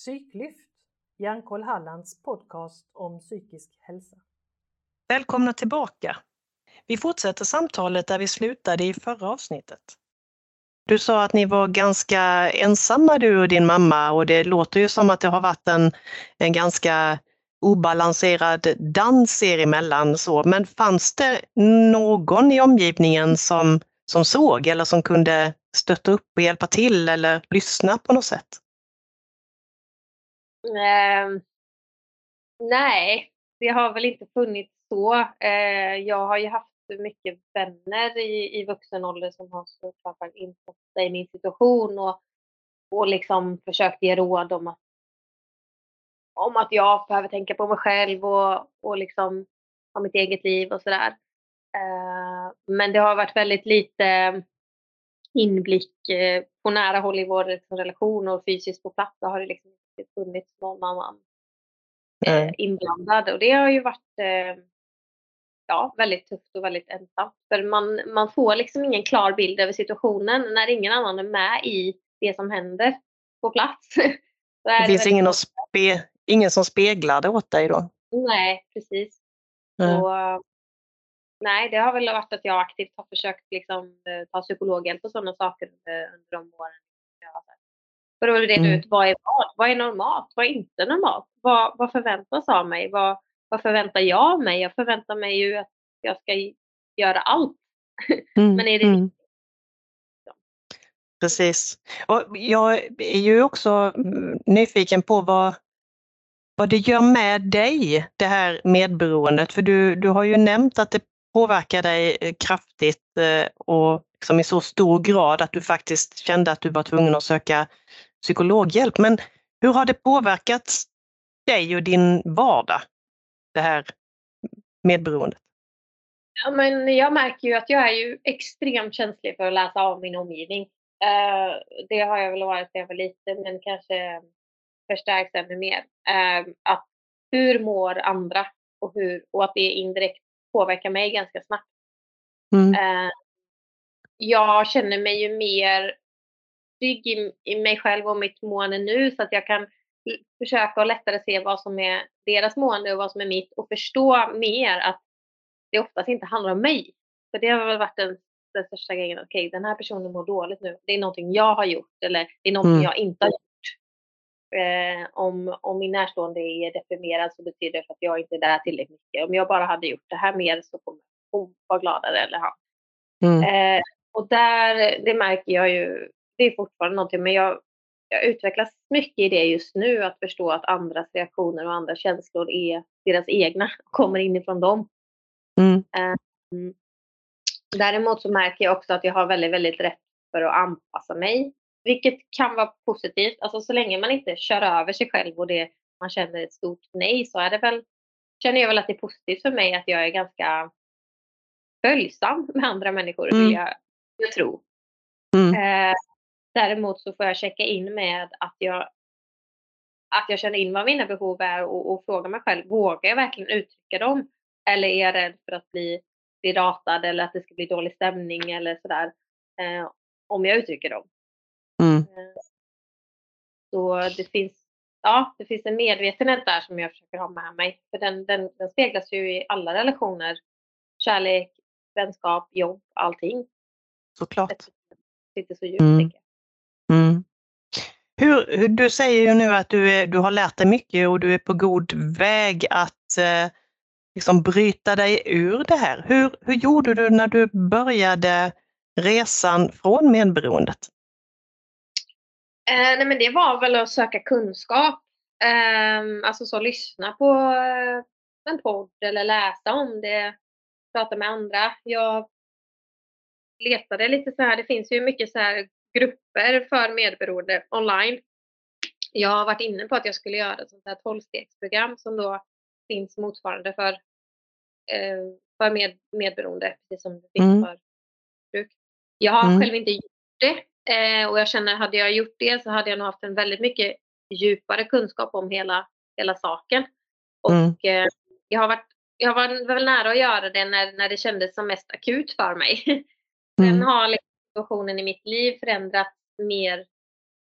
Psyklyft, Hjärnkoll Hallands podcast om psykisk hälsa. Välkomna tillbaka. Vi fortsätter samtalet där vi slutade i förra avsnittet. Du sa att ni var ganska ensamma, du och din mamma, och det låter ju som att det har varit en ganska obalanserad dans er emellan. Men fanns det någon i omgivningen som såg eller som kunde stötta upp och hjälpa till eller lyssna på något sätt? Nej, det har väl inte funnits så. Jag har ju haft mycket vänner i vuxen ålder som har såklart insatt sig i min situation och liksom försökt ge råd om att jag behöver tänka på mig själv och liksom ha mitt eget liv och sådär. Men det har varit väldigt lite inblick på nära håll i vår relation och fysiskt på plats. Det har det liksom inte funnits någon annan inblandad, och det har ju varit väldigt tufft och väldigt ensamt, för man får liksom ingen klar bild över situationen när ingen annan är med i det som händer på plats. Det finns ingen som speglar det åt dig då? Nej, precis. Och, nej, det har väl varit att jag aktivt har försökt liksom ta psykologhjälp och sådana saker under de åren. För att reda ut vad är normalt, vad är inte normalt, vad förväntas av mig, vad förväntar jag mig? Jag förväntar mig ju att jag ska göra allt. Men är det riktigt? Precis. Och jag är ju också nyfiken på vad det gör med dig, det här medberoendet. För du har ju nämnt att det påverkar dig kraftigt och liksom i så stor grad att du faktiskt kände att du var tvungen att söka psykologhjälp. Men hur har det påverkat dig och din vardag, det här medberoendet? Ja, men jag märker ju att jag är ju extremt känslig för att läsa av min omgivning. Det har jag väl varit när jag var liten, men kanske förstärks ännu mer. Att hur mår andra och att det indirekt påverkar mig ganska snabbt. Jag känner mig ju mer trygg i mig själv och mitt mående nu, så att jag kan försöka att lättare se vad som är deras mående och vad som är mitt, och förstå mer att det oftast inte handlar om mig. För det har väl varit den största grejen. Okej, den här personen mår dåligt nu. Det är någonting jag har gjort, eller det är någonting jag inte har gjort. Om min närstående är deprimerad, så betyder det att jag inte är där tillräckligt mycket. Om jag bara hade gjort det här mer, så kommer hon vara gladare, eller han. Och det märker jag ju, det är fortfarande någonting, men jag utvecklas mycket i det just nu, att förstå att andras reaktioner och andra känslor är deras egna, kommer inifrån dem. Däremot så märker jag också att jag har väldigt, väldigt rätt för att anpassa mig, vilket kan vara positivt. Alltså så länge man inte kör över sig själv och man känner ett stort nej, så känner jag väl att det är positivt för mig att jag är ganska följsam med andra människor, vill jag tro. Däremot så får jag checka in med att jag känner in vad mina behov är och fråga mig själv, vågar jag verkligen uttrycka dem? Eller är jag rädd för att bli ratad, eller att det ska bli dålig stämning eller sådär, om jag uttrycker dem? Så det finns en medvetenhet där som jag försöker ha med mig. För den speglas ju i alla relationer. Kärlek, vänskap, jobb, allting. Såklart. Det sitter så djupt, tänker jag. Du säger ju nu att du har lärt dig mycket och du är på god väg att liksom bryta dig ur det här. Hur gjorde du när du började resan från medberoendet? Nej, men det var väl att söka kunskap. Alltså så lyssna på en podd eller läsa om det, prata med andra. Jag letade lite så här, det finns ju mycket så här grupper för medberoende online. Jag har varit inne på att jag skulle göra ett sånt här 12-stegsprogram som då finns motsvarande för medberoende, precis som det finns för bruk. Jag har själv inte gjort det, och jag känner, hade jag gjort det så hade jag nog haft en väldigt mycket djupare kunskap om hela saken. Och jag var väl nära att göra det när det kändes som mest akut för mig. Sen har liksom situationen i mitt liv förändrats mer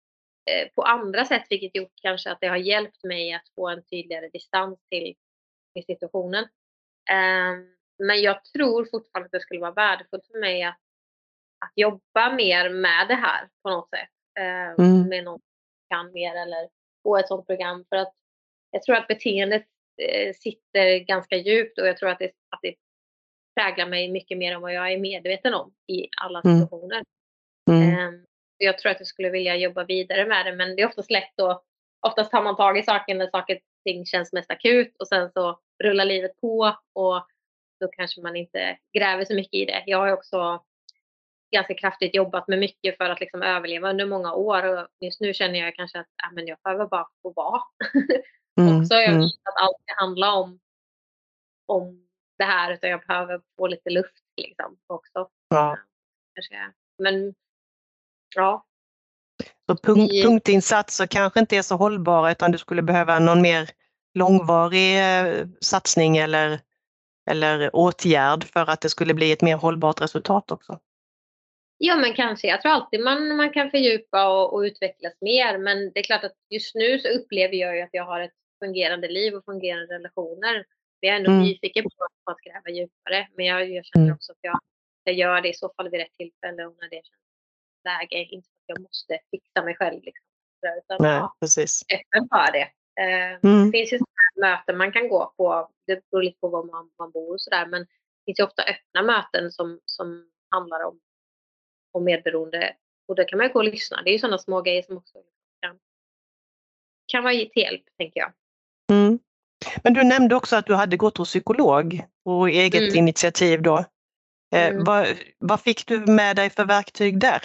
på andra sätt, vilket gjort kanske att det har hjälpt mig att få en tydligare distans till situationen. Men jag tror fortfarande att det skulle vara värdefullt för mig att jobba mer med det här på något sätt. Med någon som kan mer eller få ett sådant program. För att jag tror att beteendet sitter ganska djupt och jag tror att det präglar mig mycket mer än vad jag är medveten om i alla situationer. Jag tror att jag skulle vilja jobba vidare med det, men det är oftast lätt och oftast tar man tag i saker när saker och ting känns mest akut och sen så rullar livet på och då kanske man inte gräver så mycket i det. Jag har också ganska kraftigt jobbat med mycket för att liksom överleva under många år och just nu känner jag kanske att men jag behöver bara få vara. Också jag känner att allt ska handla om det här utan jag behöver få lite luft liksom också. Ja. Men ja. Så punktinsatser kanske inte är så hållbara utan du skulle behöva någon mer långvarig satsning eller åtgärd för att det skulle bli ett mer hållbart resultat också. Ja men kanske. Jag tror alltid man kan fördjupa och utvecklas mer. Men det är klart att just nu så upplever jag ju att jag har ett fungerande liv och fungerande relationer. Jag är ändå nyfiken på att gräva djupare. Men jag känner också att jag gör det i så fall vid rätt tillfälle och när det känns läge. Inte att jag måste fixa mig själv. Liksom. Utan nej, precis. Öppen för det. Det finns ju sådana möten man kan gå på. Det beror lite på var man bor och sådär. Men det finns ju ofta öppna möten som handlar om medberoende. Och då kan man ju gå och lyssna. Det är ju sådana små grejer som också kan vara till hjälp, tänker jag. Men du nämnde också att du hade gått hos psykolog på eget initiativ då. Vad fick du med dig för verktyg där?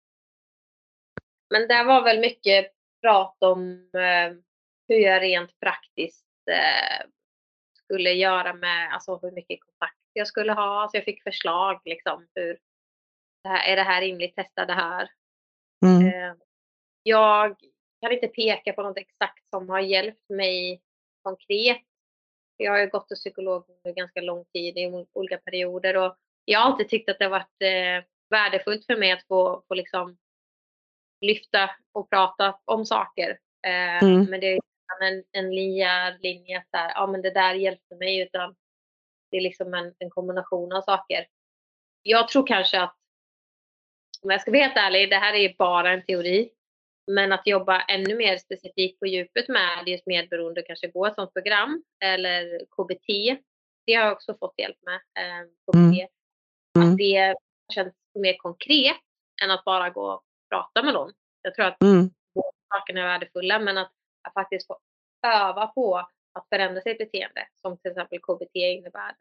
Men det var väl mycket prat om hur jag rent praktiskt skulle göra med, alltså hur mycket kontakt jag skulle ha. Så jag fick förslag liksom, är det här rimligt, testa det här. Jag kan inte peka på något exakt som har hjälpt mig konkret. Jag har ju gått till psykolog under ganska lång tid i olika perioder och jag har alltid tyckt att det har varit värdefullt för mig att få liksom lyfta och prata om saker. Men det är en linje där, ja men det där hjälpte mig, utan det är liksom en kombination av saker. Jag tror kanske att, om jag ska vara helt ärlig, det här är bara en teori. Men att jobba ännu mer specifikt på djupet med just medberoende, kanske gå ett sådant program eller KBT. Det har jag också fått hjälp med. KBT. Att det känns mer konkret än att bara gå och prata med någon. Jag tror att båda sakerna är värdefulla, men att faktiskt få öva på att förändra sitt beteende, som till exempel KBT innebär.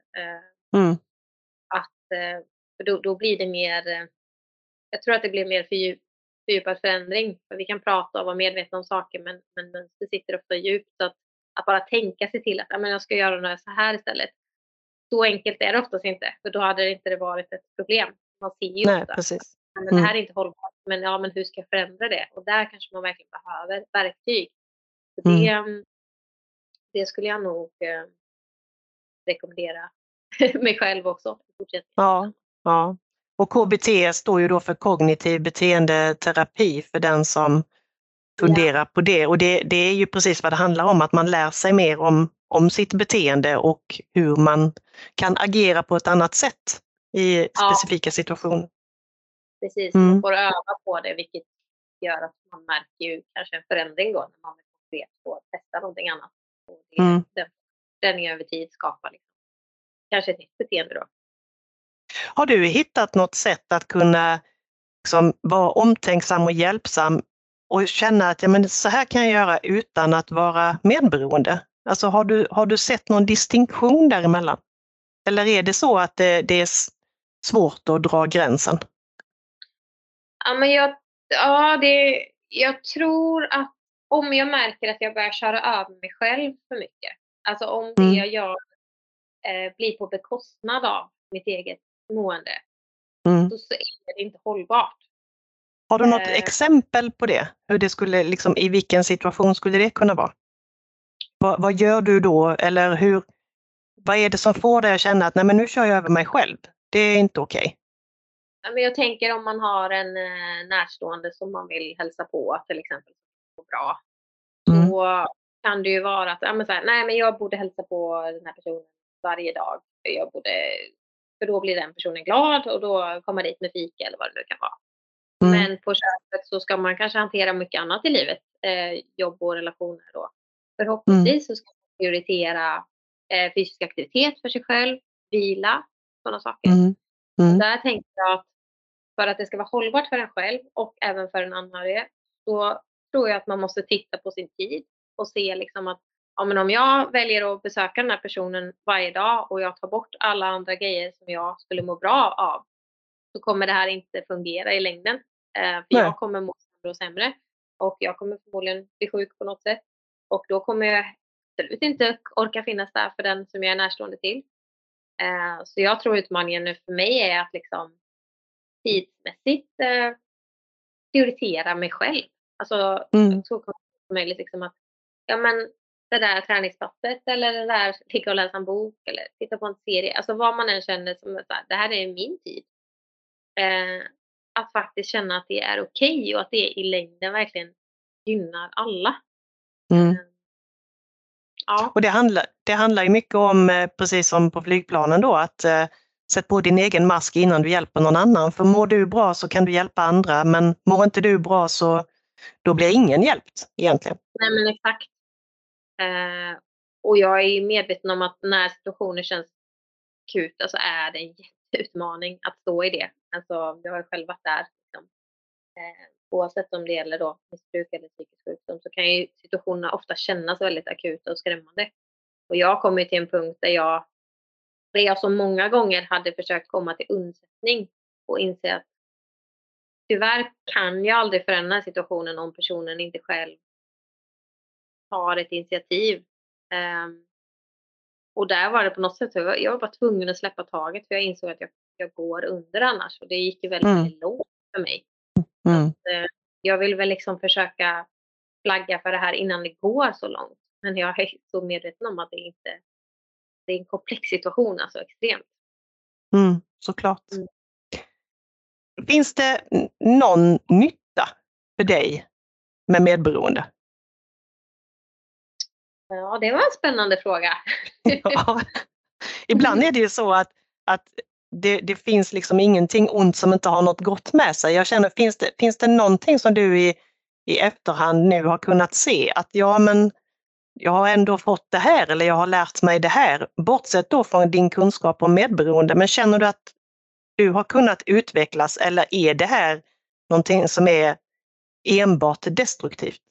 Då blir det mer, jag tror att det blir mer fördjupad förändring. För vi kan prata och vara medvetna om saker, men det sitter ofta djupt. Så att bara tänka sig till att jag ska göra något så här istället. Så enkelt är det oftast inte. För då hade det inte varit ett problem. Man ser ju ofta. Precis. Men det här är inte hållbart. Men hur ska jag förändra det? Och där kanske man verkligen behöver verktyg. Så det skulle jag nog rekommendera mig själv också. Ja. Och KBT står ju då för kognitiv beteendeterapi för den som funderar på det. Och det är ju precis vad det handlar om, att man lär sig mer om sitt beteende och hur man kan agera på ett annat sätt i specifika situationer. Precis, man får öva på det, vilket gör att man märker ju kanske en förändring då när man vet på att testa någonting annat. Och den förändringen över tid skapar liksom kanske ett nytt beteende då. Har du hittat något sätt att kunna liksom vara omtänksam och hjälpsam och känna att så här kan jag göra utan att vara medberoende? Alltså har du sett någon distinktion däremellan? Eller är det så att det är svårt att dra gränsen? Ja, men jag tror att om jag märker att jag börjar köra över mig själv för mycket, alltså om det jag gör blir på bekostnad av mitt eget mående, så är det inte hållbart. Har du något exempel på det? Hur det skulle, liksom, i vilken situation skulle det kunna vara? Vad gör du då? Eller vad är det som får dig att känna att nej, men nu kör jag över mig själv? Det är inte okej. Men jag tänker om man har en närstående som man vill hälsa på till exempel. bra. Mm. Så kan det ju vara att nej, men jag borde hälsa på den här personen varje dag. För då blir den personen glad och då kommer dit med fika eller vad det nu kan vara. Mm. Men på köpet så ska man kanske hantera mycket annat i livet. Jobb och relationer då. Förhoppningsvis så ska man prioritera fysisk aktivitet för sig själv, vila, sådana saker. Mm. Och där tänker jag att för att det ska vara hållbart för en själv och även för en anhörig, så tror jag att man måste titta på sin tid och se liksom att men om jag väljer att besöka den här personen varje dag och jag tar bort alla andra grejer som jag skulle må bra av, så kommer det här inte fungera i längden. För jag kommer må sämre och sämre och jag kommer förmodligen bli sjuk på något sätt. Och då kommer jag absolut inte orka finnas där för den som jag är närstående till. Så jag tror utmaningen nu för mig är att liksom tidsmässigt prioritera mig själv. Alltså så som möjligt liksom att det där träningspasset eller det där ligga och läsa en bok eller titta på en serie. Alltså vad man än känner som så här, det här är min tid. Att faktiskt känna att det är okej och att det i längden verkligen gynnar alla. Ja. Och det handlar ju mycket om, precis som på flygplanen då, att sätt på din egen mask innan du hjälper någon annan. För mår du bra så kan du hjälpa andra, men mår inte du bra så då blir ingen hjälpt egentligen. Nej, men exakt. Och jag är medveten om att när situationer känns akuta så är det en jätteutmaning att stå i det. Alltså, jag har själv varit där. Liksom. Oavsett om det gäller då missbruk eller psykisk sjukdom så kan ju situationerna ofta kännas väldigt akuta och skrämmande. Och jag kom ju till en punkt där jag så många gånger hade försökt komma till undsättning och inse att tyvärr kan jag aldrig förändra situationen om personen inte själv tar ett initiativ. Och där var det på något sätt, jag var bara tvungen att släppa taget för jag insåg att jag går under annars. Och det gick ju väldigt långt för mig. Att, jag vill väl liksom försöka flagga för det här innan det går så långt. Men jag är så medveten om att det är en komplex situation, alltså extremt. Såklart. Finns det någon nytta för dig med medberoende? Ja, det var en spännande fråga. Ja. Ibland är det ju så att det finns liksom ingenting ont som inte har något gott med sig. Jag känner, finns det någonting som du i efterhand nu har kunnat se att jag har ändå fått det här eller jag har lärt mig det här, bortsett då från din kunskap om medberoende, men känner du att du har kunnat utvecklas eller är det här någonting som är enbart destruktivt?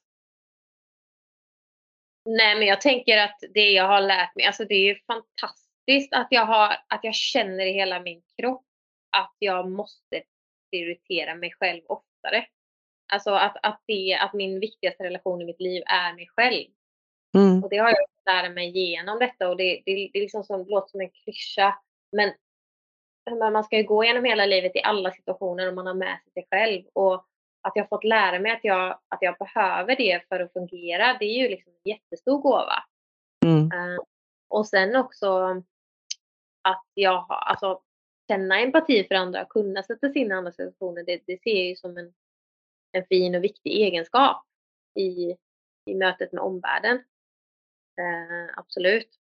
Nej, men jag tänker att det jag har lärt mig, alltså det är ju fantastiskt att jag känner i hela min kropp att jag måste prioritera mig själv oftare. Alltså att min viktigaste relation i mitt liv är mig själv. Och det har jag lärt mig genom detta och det är liksom som, det låter som en klyscha, men man ska ju gå igenom hela livet i alla situationer och man har med sig själv. Och att jag fått lära mig att jag behöver det för att fungera, det är ju liksom en jättestor gåva. Och sen också att alltså känna empati för andra, kunna sätta sig in i andra situationer, det ser jag ju som en fin och viktig egenskap i mötet med omvärlden. Absolut.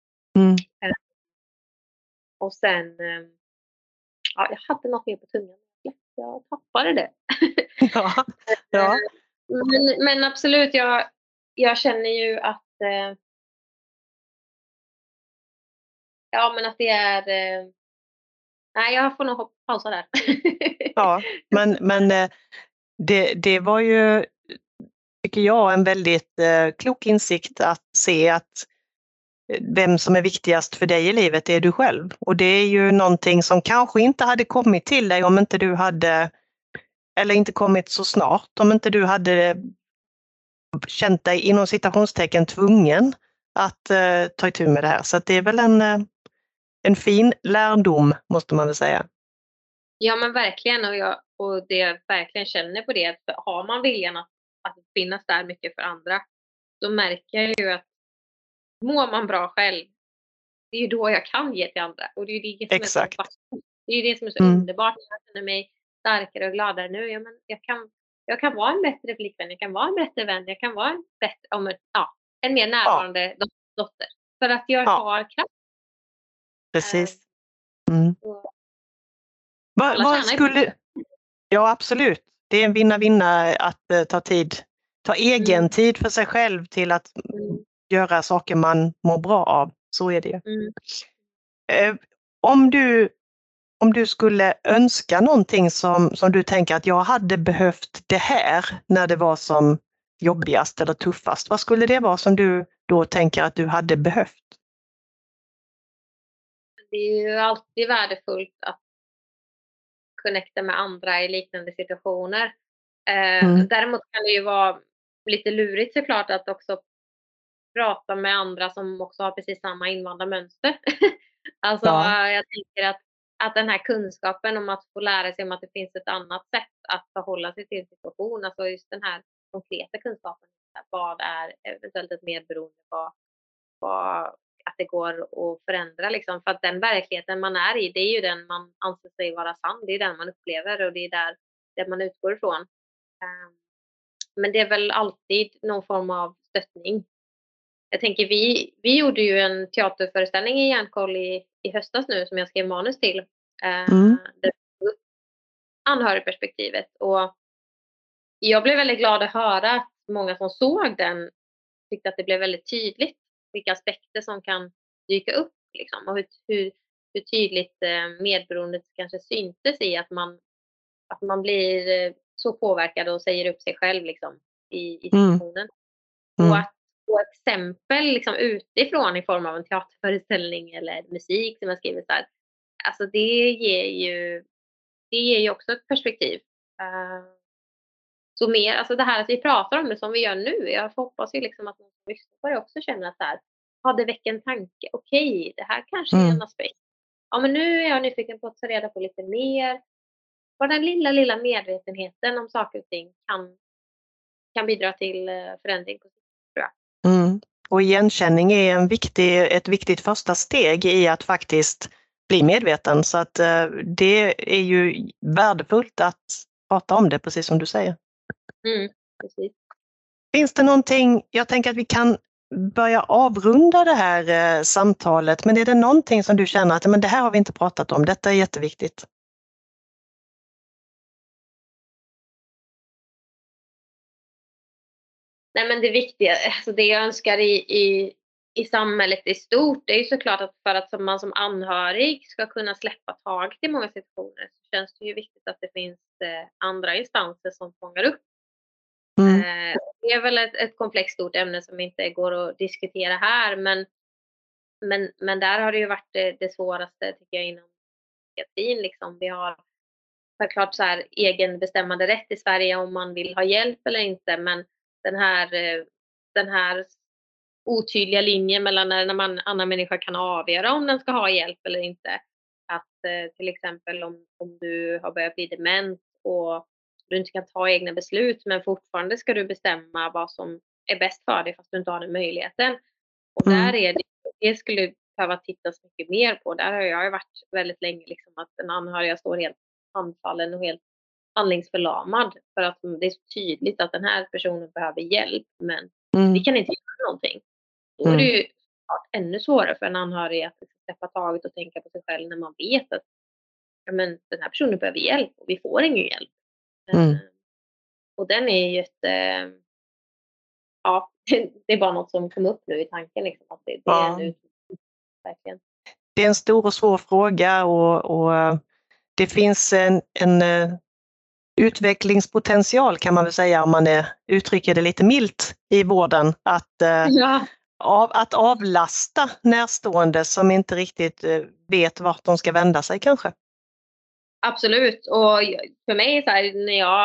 Och sen jag hade något mer på tungan. Jag tappade det. Ja. Men absolut, jag känner ju att men att det är nej, jag får nog pausa där. Ja, men det var ju, tycker jag, en väldigt klok insikt att se att vem som är viktigast för dig i livet är du själv. Och det är ju någonting som kanske inte hade kommit till dig om inte du hade, eller inte kommit så snart, om inte du hade känt dig inom citationstecken tvungen att ta itu med det här. Så att det är väl en fin lärdom, måste man väl säga. Ja, men verkligen. Och det jag verkligen känner på det, att har man viljan att finnas där mycket för andra, så märker jag ju att mår man bra själv, det är ju då jag kan ge till andra. Och det är ju det som är så, det är det som är så underbart. Jag känner mig starkare och gladare nu. Ja, men jag kan vara en bättre flickvän, jag kan vara en bättre vän, jag kan vara en mer Ja, närvarande dotter. För att jag ja, har kraft. precis. Mm. Och Vad, alla vad tjänar ju på det. skulle... Ja, absolut. Det är en vinna-vinna att ta egen tid för sig själv till att Mm. göra saker man mår bra av. Så är det ju. Mm. Eh, om du skulle önska någonting som du tänker att jag hade behövt det här när det var som jobbigast eller tuffast, vad skulle det vara som du då tänker att du hade behövt? Det är ju alltid värdefullt att connecta med andra i liknande situationer. Däremot kan det ju vara lite lurigt såklart att också prata med andra som också har precis samma invandrarmönster. Alltså Ja. jag tänker att den här kunskapen om att få lära sig om att det finns ett annat sätt att förhålla sig till en situation, alltså just den här konkreta kunskapen. Vad är eventuellt ett medberoende? Att det går att förändra liksom. För att den verkligheten man är i, det är ju den man anser sig vara sann. Det är den man upplever och det är där man utgår ifrån. Men det är väl alltid någon form av stöttning. Jag tänker vi gjorde ju en teaterföreställning i Hjärnkoll i höstas nu som jag skrev manus till. Där anhörigperspektivet. Och jag blev väldigt glad att höra att många som såg den tyckte att det blev väldigt tydligt vilka aspekter som kan dyka upp liksom, och hur tydligt medberoendet kanske syntes i att man blir så påverkad och säger upp sig själv liksom, i situationen. Och att få exempel liksom, utifrån i form av en teaterföreställning eller musik som jag skrivit där. Alltså det ger ju också ett perspektiv. Så mer, alltså det här att vi pratar om det som vi gör nu. Jag hoppas ju liksom att någon som lyssnar på det också känner att så här, det väcker en tanke. Okej, det här kanske är en aspekt. Ja, men nu är jag nyfiken på att ta reda på lite mer. Vad den lilla medvetenheten om saker och ting kan bidra till förändring, tror jag. Och igenkänning är ett viktigt första steg i att faktiskt bli medveten. Så att det är ju värdefullt att prata om det, precis som du säger. Precis. Finns det någonting, jag tänker att vi kan börja avrunda det här samtalet, men är det någonting som du känner att men det här har vi inte pratat om, detta är jätteviktigt? Nej, men det viktiga, alltså det jag önskar i samhället i stort, det är ju såklart att för att man som anhörig ska kunna släppa taget i många situationer så känns det ju viktigt att det finns andra instanser som fångar upp. Det är väl ett komplext stort ämne som inte går att diskutera här, men där har det ju varit det svåraste tycker jag inom psykiatrin liksom. Vi har självklart så här egen bestämmande rätt i Sverige om man vill ha hjälp eller inte, men den här otydliga linjen mellan när man annan människa kan avgöra om den ska ha hjälp eller inte. Att till exempel om du har börjat bli dement och du inte kan ta egna beslut men fortfarande ska du bestämma vad som är bäst för dig fast du inte har den möjligheten. Och där är det skulle behöva tittas mycket mer på. Där har jag varit väldigt länge liksom att den anhöriga står helt handfallen och helt handlingsförlamad för att det är så tydligt att den här personen behöver hjälp men vi kan inte göra någonting. Då är det ju ännu svårare för en anhörig att släppa taget och tänka på sig själv när man vet att men, den här personen behöver hjälp och vi får ingen hjälp. Och den är ju det är bara något som kom upp nu i tanken liksom, att det är en utmaning, verkligen. Det är en stor och svår fråga och det finns en utvecklingspotential kan man väl säga om man uttrycker det lite milt i vården. Att avlasta närstående som inte riktigt vet vart de ska vända sig kanske. Absolut. Och för mig så här,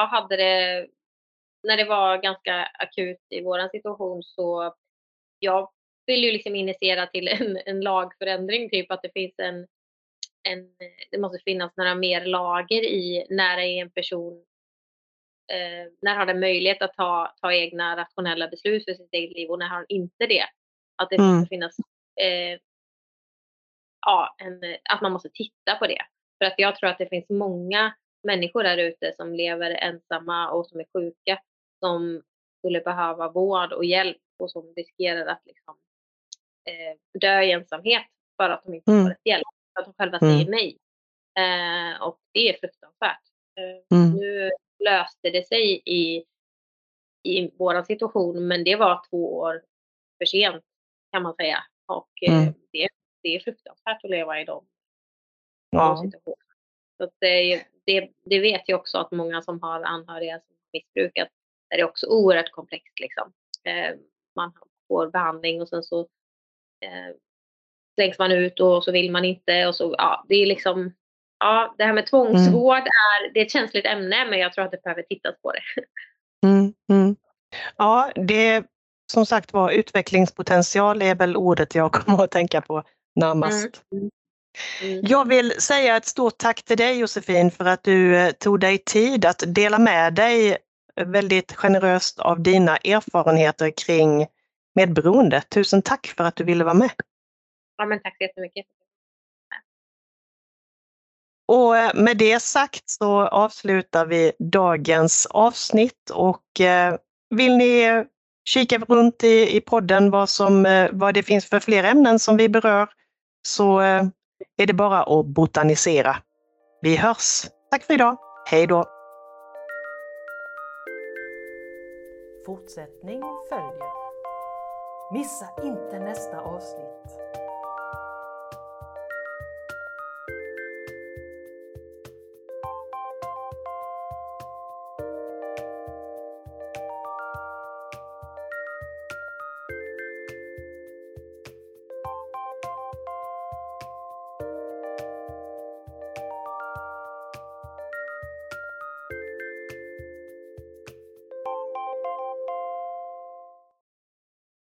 när det var ganska akut i våran situation så jag vill ju liksom initiera till en lagförändring, typ att det finns det måste finnas några mer lager i när är en person när har den möjlighet att ta egna rationella beslut för sitt eget liv och när har den inte det. Att det måste finnas att man måste titta på det. För att jag tror att det finns många människor där ute som lever ensamma och som är sjuka, som skulle behöva vård och hjälp och som riskerar att liksom, dö i ensamhet för att de inte får ett hjälp, för att de själva säger nej. Och det är fruktansvärt. Nu löste det sig i vår situation, men det var 2 år för sent kan man säga. Och det är fruktansvärt att leva i de situationerna. Så att det vet jag också att många som har anhöriga som missbrukat, är det också oerhört komplext liksom. Man får behandling och sen så slängs man ut och så vill man inte och så, ja, det är liksom, ja, det här med tvångsvård det är ett känsligt ämne, men jag tror att det behöver tittas på det. Ja, det som sagt var, utvecklingspotential är väl ordet jag kommer att tänka på närmast. Jag vill säga ett stort tack till dig, Josefin, för att du tog dig tid att dela med dig väldigt generöst av dina erfarenheter kring medberoende. Tusen tack för att du ville vara med. Ja, men tack så jättemycket. Och med det sagt så avslutar vi dagens avsnitt, och vill ni kika runt i podden vad det finns för fler ämnen som vi berör, så är det bara att botanisera. Vi hörs. Tack för idag. Hej då. Fortsättning följer. Missa inte nästa avsnitt.